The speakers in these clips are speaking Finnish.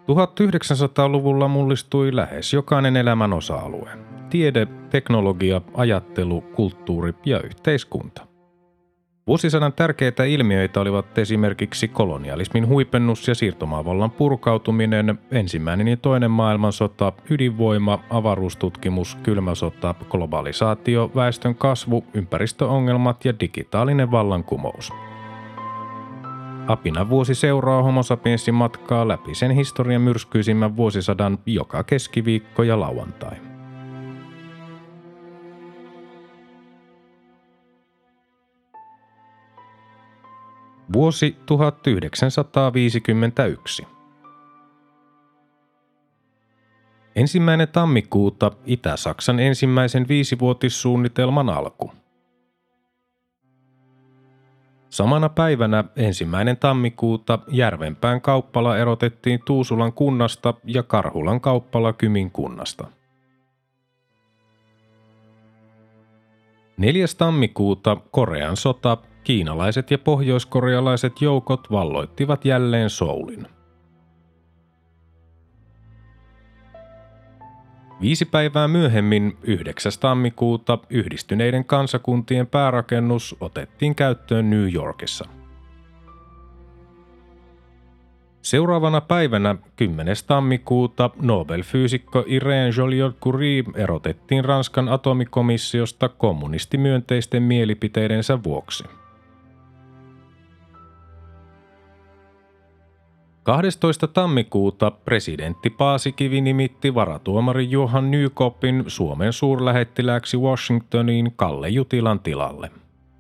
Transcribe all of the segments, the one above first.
1900-luvulla mullistui lähes jokainen elämän osa-alue. Tiede, teknologia, ajattelu, kulttuuri ja yhteiskunta. Vuosisadan tärkeitä ilmiöitä olivat esimerkiksi kolonialismin huipennus ja siirtomaavallan purkautuminen, ensimmäinen ja toinen maailmansota, ydinvoima, avaruustutkimus, kylmä sota, globalisaatio, väestön kasvu, ympäristöongelmat ja digitaalinen vallankumous. Apina vuosi seuraa Homo sapiensin matkaa läpi sen historian myrskyisimmän vuosisadan joka keskiviikko ja lauantai. Vuosi 1951. 1. tammikuuta Itä-Saksan ensimmäisen 5-vuotissuunnitelman alku. Samana päivänä 1. tammikuuta Järvenpään kauppala erotettiin Tuusulan kunnasta ja Karhulan kauppala Kymin kunnasta. 4. tammikuuta Korean sota, kiinalaiset ja pohjoiskorealaiset joukot valloittivat jälleen Soulin. 5 päivää myöhemmin, 9. tammikuuta, Yhdistyneiden kansakuntien päärakennus otettiin käyttöön New Yorkissa. Seuraavana päivänä, 10. tammikuuta, Nobel-fyysikko Irene Joliot-Curie erotettiin Ranskan atomikomissiosta kommunistimyönteisten mielipiteidensä vuoksi. 12. tammikuuta presidentti Paasikivi nimitti varatuomari Johan Nykopin Suomen suurlähettilääksi Washingtoniin Kalle Jutilan tilalle.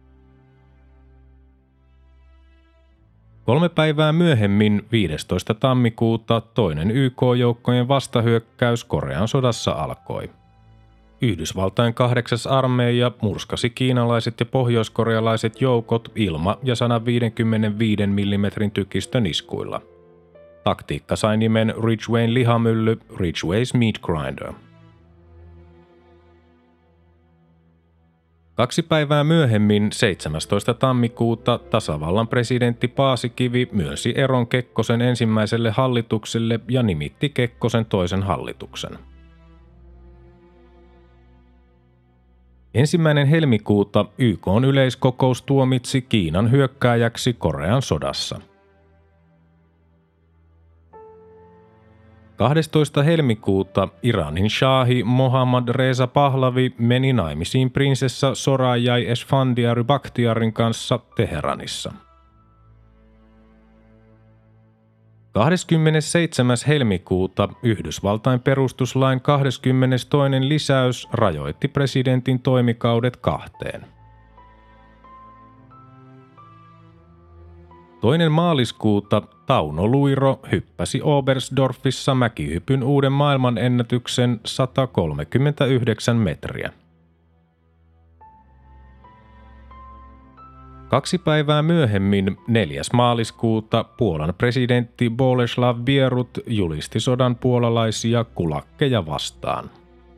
3 päivää myöhemmin, 15. tammikuuta, toinen YK-joukkojen vastahyökkäys Korean sodassa alkoi. Yhdysvaltain 8. armeija murskasi kiinalaiset ja pohjoiskorealaiset joukot ilma- ja 155 mm tykistön iskuilla. Taktiikka sai nimen Ridgewayn lihamylly, Ridgeway's Meat Grinder. 2 päivää myöhemmin, 17. tammikuuta, tasavallan presidentti Paasikivi myönsi eron Kekkosen ensimmäiselle hallitukselle ja nimitti Kekkosen toisen hallituksen. 1. helmikuuta YK:n yleiskokous tuomitsi Kiinan hyökkääjäksi Korean sodassa. 12. helmikuuta Iranin shahi Mohammad Reza Pahlavi meni naimisiin prinsessa Sorajai Esfandiar Bakhtiarin kanssa Teheranissa. 27. helmikuuta Yhdysvaltain perustuslain 22. lisäys rajoitti presidentin toimikaudet 2. 2. maaliskuuta Tauno Luiro hyppäsi Oberstdorfissa mäkihypyn uuden maailmanennätyksen 139 metriä. 2 päivää myöhemmin, 4. maaliskuuta, Puolan presidentti Boleslav Bierut julisti sodan puolalaisia kulakkeja vastaan.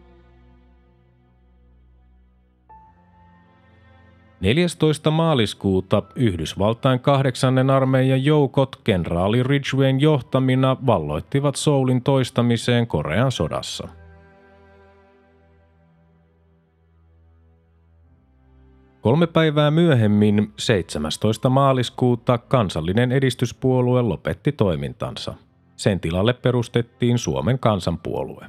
14. maaliskuuta Yhdysvaltain 8. armeijan joukot kenraali Ridgewayn johtamina valloittivat Soulin toistamiseen Korean sodassa. 3 päivää myöhemmin, 17. maaliskuuta, kansallinen edistyspuolue lopetti toimintansa. Sen tilalle perustettiin Suomen kansanpuolue.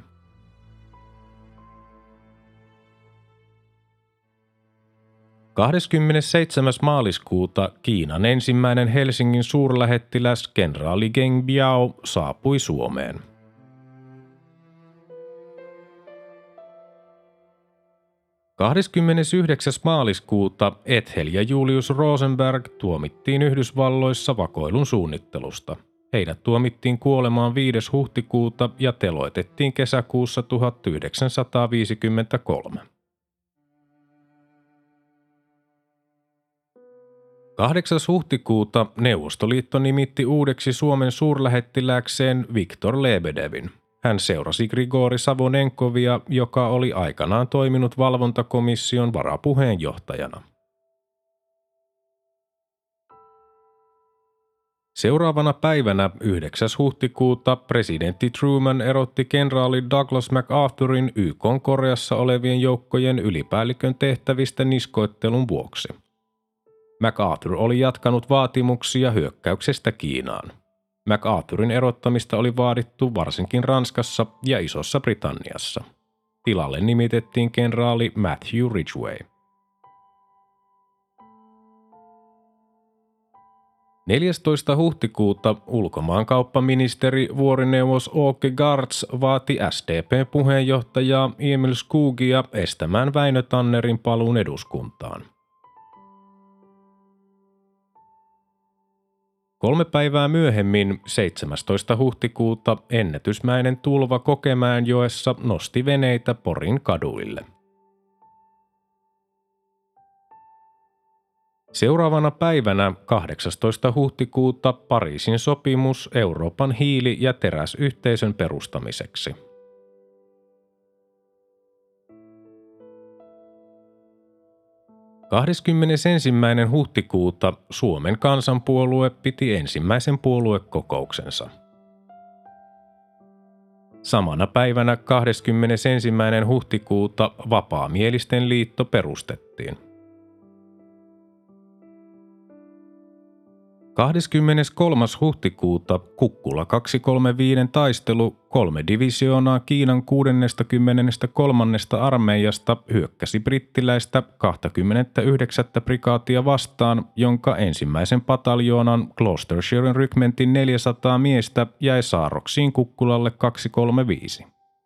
27. maaliskuuta Kiinan ensimmäinen Helsingin suurlähettiläs kenraali Geng Biao saapui Suomeen. – 29. maaliskuuta Ethel ja Julius Rosenberg tuomittiin Yhdysvalloissa vakoilun suunnittelusta. Heidät tuomittiin kuolemaan 5. huhtikuuta ja teloitettiin kesäkuussa 1953. 8. huhtikuuta Neuvostoliitto nimitti uudeksi Suomen suurlähettilääkseen Viktor Lebedevin. Hän seurasi Grigori Savonenkovia, joka oli aikanaan toiminut valvontakomission varapuheenjohtajana. Seuraavana päivänä 9. huhtikuuta presidentti Truman erotti kenraali Douglas MacArthurin YK:n Koreassa olevien joukkojen ylipäällikön tehtävistä niskoittelun vuoksi. MacArthur oli jatkanut vaatimuksia hyökkäyksestä Kiinaan. MacArthurin erottamista oli vaadittu varsinkin Ranskassa ja Isossa Britanniassa. Tilalle nimitettiin kenraali Matthew Ridgway. 14. huhtikuuta ulkomaankauppaministeri vuorineuvos Åke Gartz vaati SDP-puheenjohtajaa Emil Skogia estämään Väinö Tannerin paluun eduskuntaan. 3 päivää myöhemmin, 17. huhtikuuta, ennätysmäinen tulva Kokemäenjoessa nosti veneitä Porin kaduille. Seuraavana päivänä 18. huhtikuuta Pariisin sopimus Euroopan hiili- ja teräsyhteisön perustamiseksi. – 21. huhtikuuta Suomen kansanpuolue piti ensimmäisen puoluekokouksensa. Samana päivänä 21. huhtikuuta Vapaamielisten liitto perustettiin. 23. huhtikuuta Kukkula 235 taistelu 3 divisioonaa Kiinan 63. armeijasta hyökkäsi brittiläistä 29. prikaatia vastaan, jonka ensimmäisen pataljoonan Gloucestershiren rykmentin 400 miestä jäi saarroksiin Kukkulalle 235.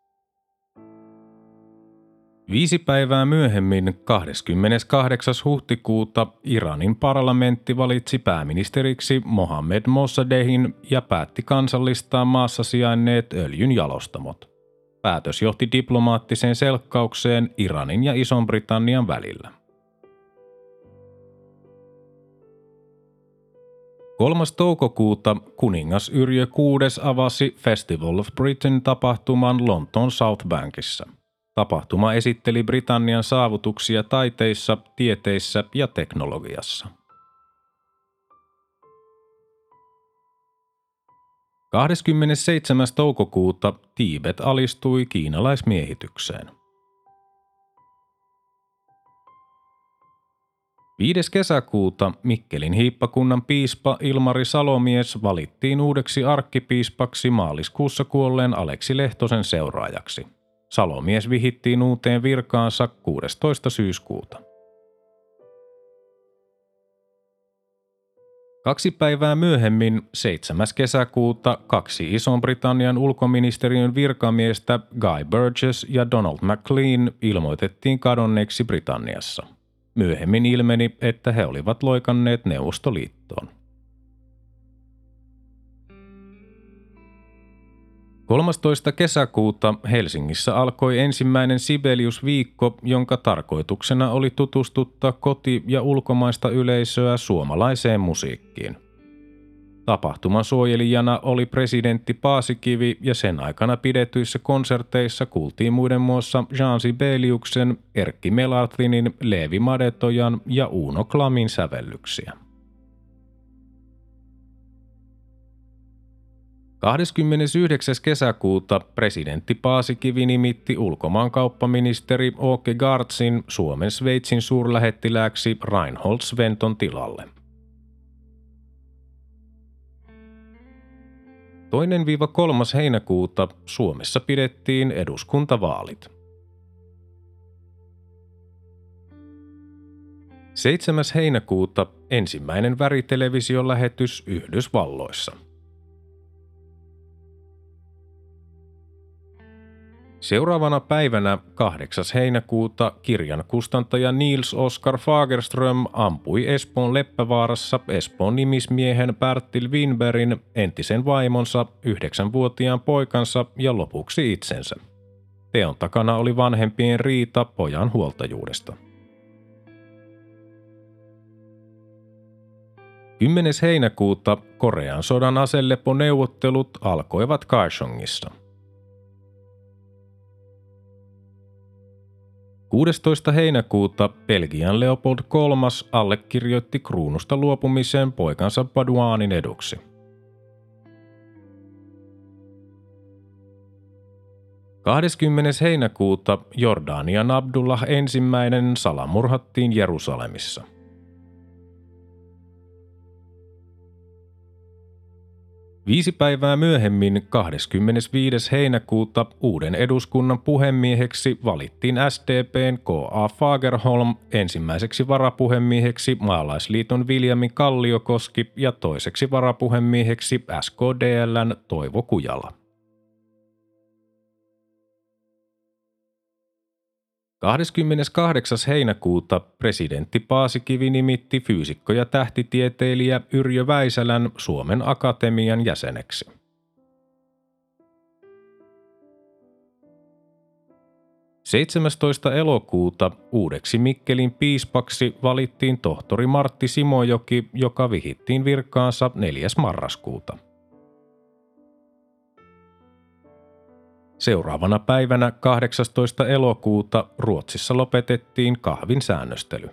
5 päivää myöhemmin, 28. huhtikuuta, Iranin parlamentti valitsi pääministeriksi Mohammed Mossadehin ja päätti kansallistaa maassa sijainneet öljynjalostamot. Päätös johti diplomaattiseen selkkaukseen Iranin ja Ison-Britannian välillä. 3. toukokuuta kuningas Yrjö VI avasi Festival of Britain-tapahtuman Lontoon South Bankissa. Tapahtuma esitteli Britannian saavutuksia taiteissa, tieteissä ja teknologiassa. 27. toukokuuta Tiibet alistui kiinalaismiehitykseen. 5. kesäkuuta Mikkelin hiippakunnan piispa Ilmari Salomies valittiin uudeksi arkkipiispaksi maaliskuussa kuolleen Aleksi Lehtosen seuraajaksi. Salomies vihittiin uuteen virkaansa 16. syyskuuta. 2 päivää myöhemmin, 7. kesäkuuta, 2 Ison-Britannian ulkoministeriön virkamiestä Guy Burgess ja Donald Maclean ilmoitettiin kadonneeksi Britanniassa. Myöhemmin ilmeni, että he olivat loikanneet Neuvostoliittoon. 13. kesäkuuta Helsingissä alkoi ensimmäinen Sibelius-viikko, jonka tarkoituksena oli tutustuttaa koti- ja ulkomaista yleisöä suomalaiseen musiikkiin. Tapahtuman suojelijana oli presidentti Paasikivi ja sen aikana pidetyissä konserteissa kuultiin muiden muassa Jean Sibeliuksen, Erkki Melartinin, Leevi Madetojan ja Uno Klamin sävellyksiä. 29. kesäkuuta presidentti Paasikivi nimitti ulkomaankauppaministeri Åke Gartzin Suomen Sveitsin suurlähettilääksi Reinhold Sventon tilalle. 2.–3. heinäkuuta Suomessa pidettiin eduskuntavaalit. 7. heinäkuuta ensimmäinen väritelevisiolähetys Yhdysvalloissa. Seuraavana päivänä 8. heinäkuuta kirjan kustantaja Niels Oskar Fagerström ampui Espoon Leppävaarassa Espoon nimismiehen Bertil Winbergin, entisen vaimonsa, 9-vuotiaan poikansa ja lopuksi itsensä. Teon takana oli vanhempien riita pojan huoltajuudesta. 10. heinäkuuta Korean sodan aseleponeuvottelut alkoivat Kaesongissa. 16. heinäkuuta Belgian Leopold III allekirjoitti kruunusta luopumisen poikansa Paduanin eduksi. 20. heinäkuuta Jordanian Abdullah I salamurhattiin Jerusalemissa. Viisi päivää myöhemmin, 25. heinäkuuta, uuden eduskunnan puhemieheksi valittiin SDP:n K.A. Fagerholm, ensimmäiseksi varapuhemieheksi Maalaisliiton Viljami Kalliokoski ja toiseksi varapuhemieheksi SKDL:n Toivo Kujala. 28. heinäkuuta presidentti Paasikivi nimitti fyysikko ja tähtitieteilijä Yrjö Väisälän Suomen Akatemian jäseneksi. 17. elokuuta uudeksi Mikkelin piispaksi valittiin tohtori Martti Simojoki, joka vihittiin virkaansa 4. marraskuuta. Seuraavana päivänä 18. elokuuta Ruotsissa lopetettiin kahvin säännöstely.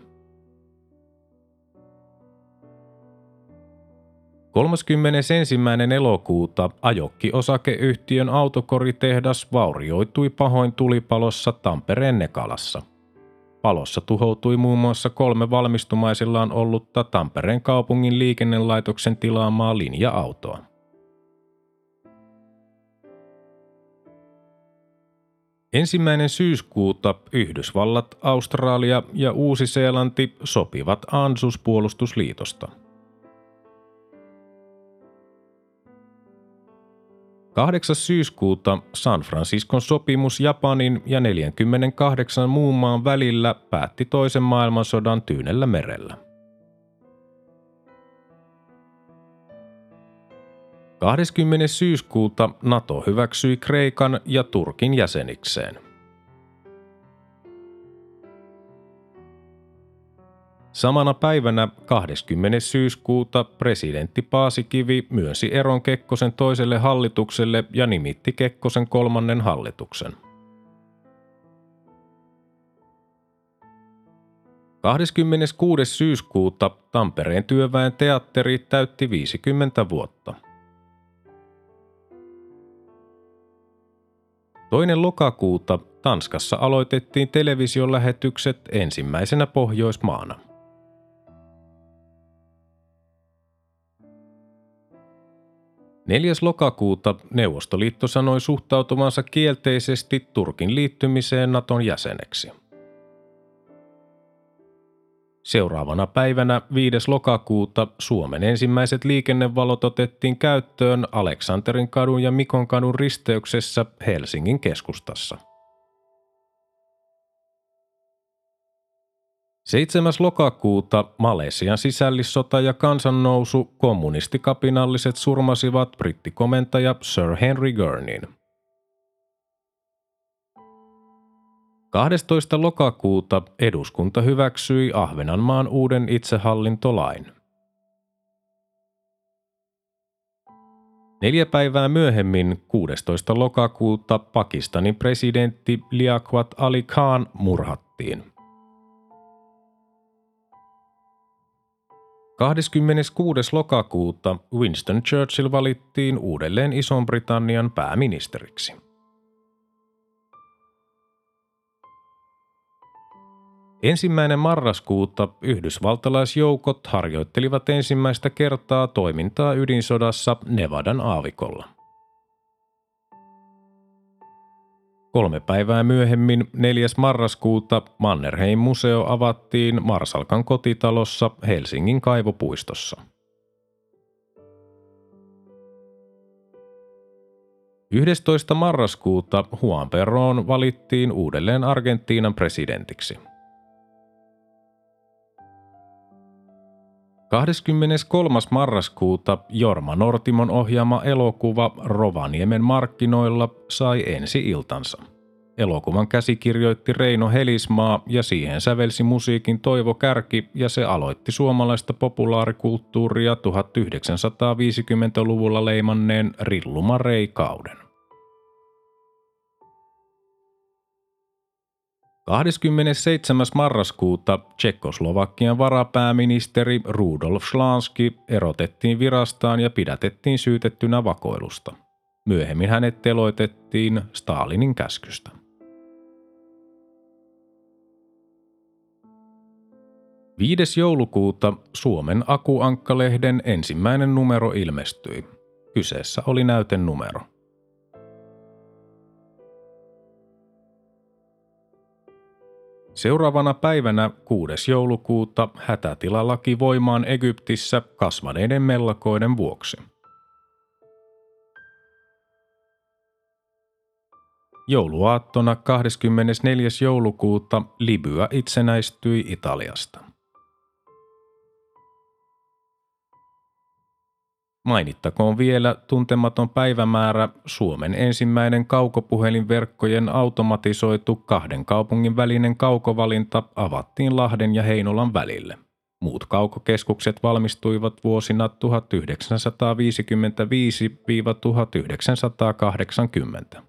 31. elokuuta Ajokki-osakeyhtiön autokoritehdas vaurioitui pahoin tulipalossa Tampereen Nekalassa. Palossa tuhoutui muun muassa 3 valmistumaisillaan ollutta Tampereen kaupungin liikennelaitoksen tilaamaa linja-autoa. 1. syyskuuta Yhdysvallat, Australia ja Uusi-Seelanti sopivat ANZUS-puolustusliitosta. 8. syyskuuta San Franciscon sopimus Japanin ja 48 muun maan välillä päätti toisen maailmansodan Tyynellä merellä. 20. syyskuuta NATO hyväksyi Kreikan ja Turkin jäsenikseen. Samana päivänä 20. syyskuuta presidentti Paasikivi myönsi eron Kekkosen toiselle hallitukselle ja nimitti Kekkosen 3. hallituksen. 26. syyskuuta Tampereen työväen teatteri täytti 50 vuotta. 2. lokakuuta Tanskassa aloitettiin televisiolähetykset ensimmäisenä Pohjoismaana. 4. lokakuuta Neuvostoliitto sanoi suhtautuvansa kielteisesti Turkin liittymiseen Naton jäseneksi. Seuraavana päivänä 5. lokakuuta Suomen ensimmäiset liikennevalot otettiin käyttöön Aleksanterin kadun ja Mikon kadun risteyksessä Helsingin keskustassa. 7. lokakuuta Malesian sisällissota ja kansannousu kommunistikapinalliset surmasivat brittikomentaja Sir Henry Gurneyn. 12. lokakuuta eduskunta hyväksyi Ahvenanmaan uuden itsehallintolain. 4 päivää myöhemmin, 16. lokakuuta, Pakistanin presidentti Liaquat Ali Khan murhattiin. 26. lokakuuta Winston Churchill valittiin uudelleen Ison-Britannian pääministeriksi. 1. marraskuuta yhdysvaltalaisjoukot harjoittelivat ensimmäistä kertaa toimintaa ydinsodassa Nevadan aavikolla. 3 päivää myöhemmin, 4. marraskuuta, Mannerheim-museo avattiin Marsalkan kotitalossa Helsingin Kaivopuistossa. 11. marraskuuta Juan Perón valittiin uudelleen Argentiinan presidentiksi. 23. marraskuuta Jorma Nortimon ohjaama elokuva Rovaniemen markkinoilla sai ensi-iltansa. Elokuvan käsikirjoitti Reino Helismaa ja siihen sävelsi musiikin Toivo Kärki ja se aloitti suomalaista populaarikulttuuria 1950-luvulla leimanneen Rilluma Rei-kauden. 27. marraskuuta Tšekkoslovakian varapääministeri Rudolf Schlanski erotettiin virastaan ja pidätettiin syytettynä vakoilusta. Myöhemmin hänet teloitettiin Stalinin käskystä. Viides joulukuuta Suomen Aku-Ankka-lehden ensimmäinen numero ilmestyi. Kyseessä oli näytenumero. Seuraavana päivänä 6. joulukuuta hätätilalaki voimaan Egyptissä kasvaneiden mellakoiden vuoksi. Jouluaattona 24. joulukuuta Libya itsenäistyi Italiasta. Mainittakoon vielä tuntematon päivämäärä: Suomen ensimmäinen kaukopuhelinverkkojen automatisoitu 2 kaupungin välinen kaukovalinta avattiin Lahden ja Heinolan välille. Muut kaukokeskukset valmistuivat vuosina 1955–1980.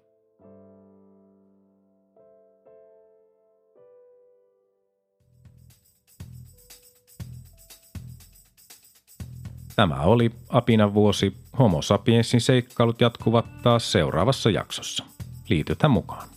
Tämä oli Apinan vuosi. Homo sapiensin seikkailut jatkuvat taas seuraavassa jaksossa. Liitytä mukaan.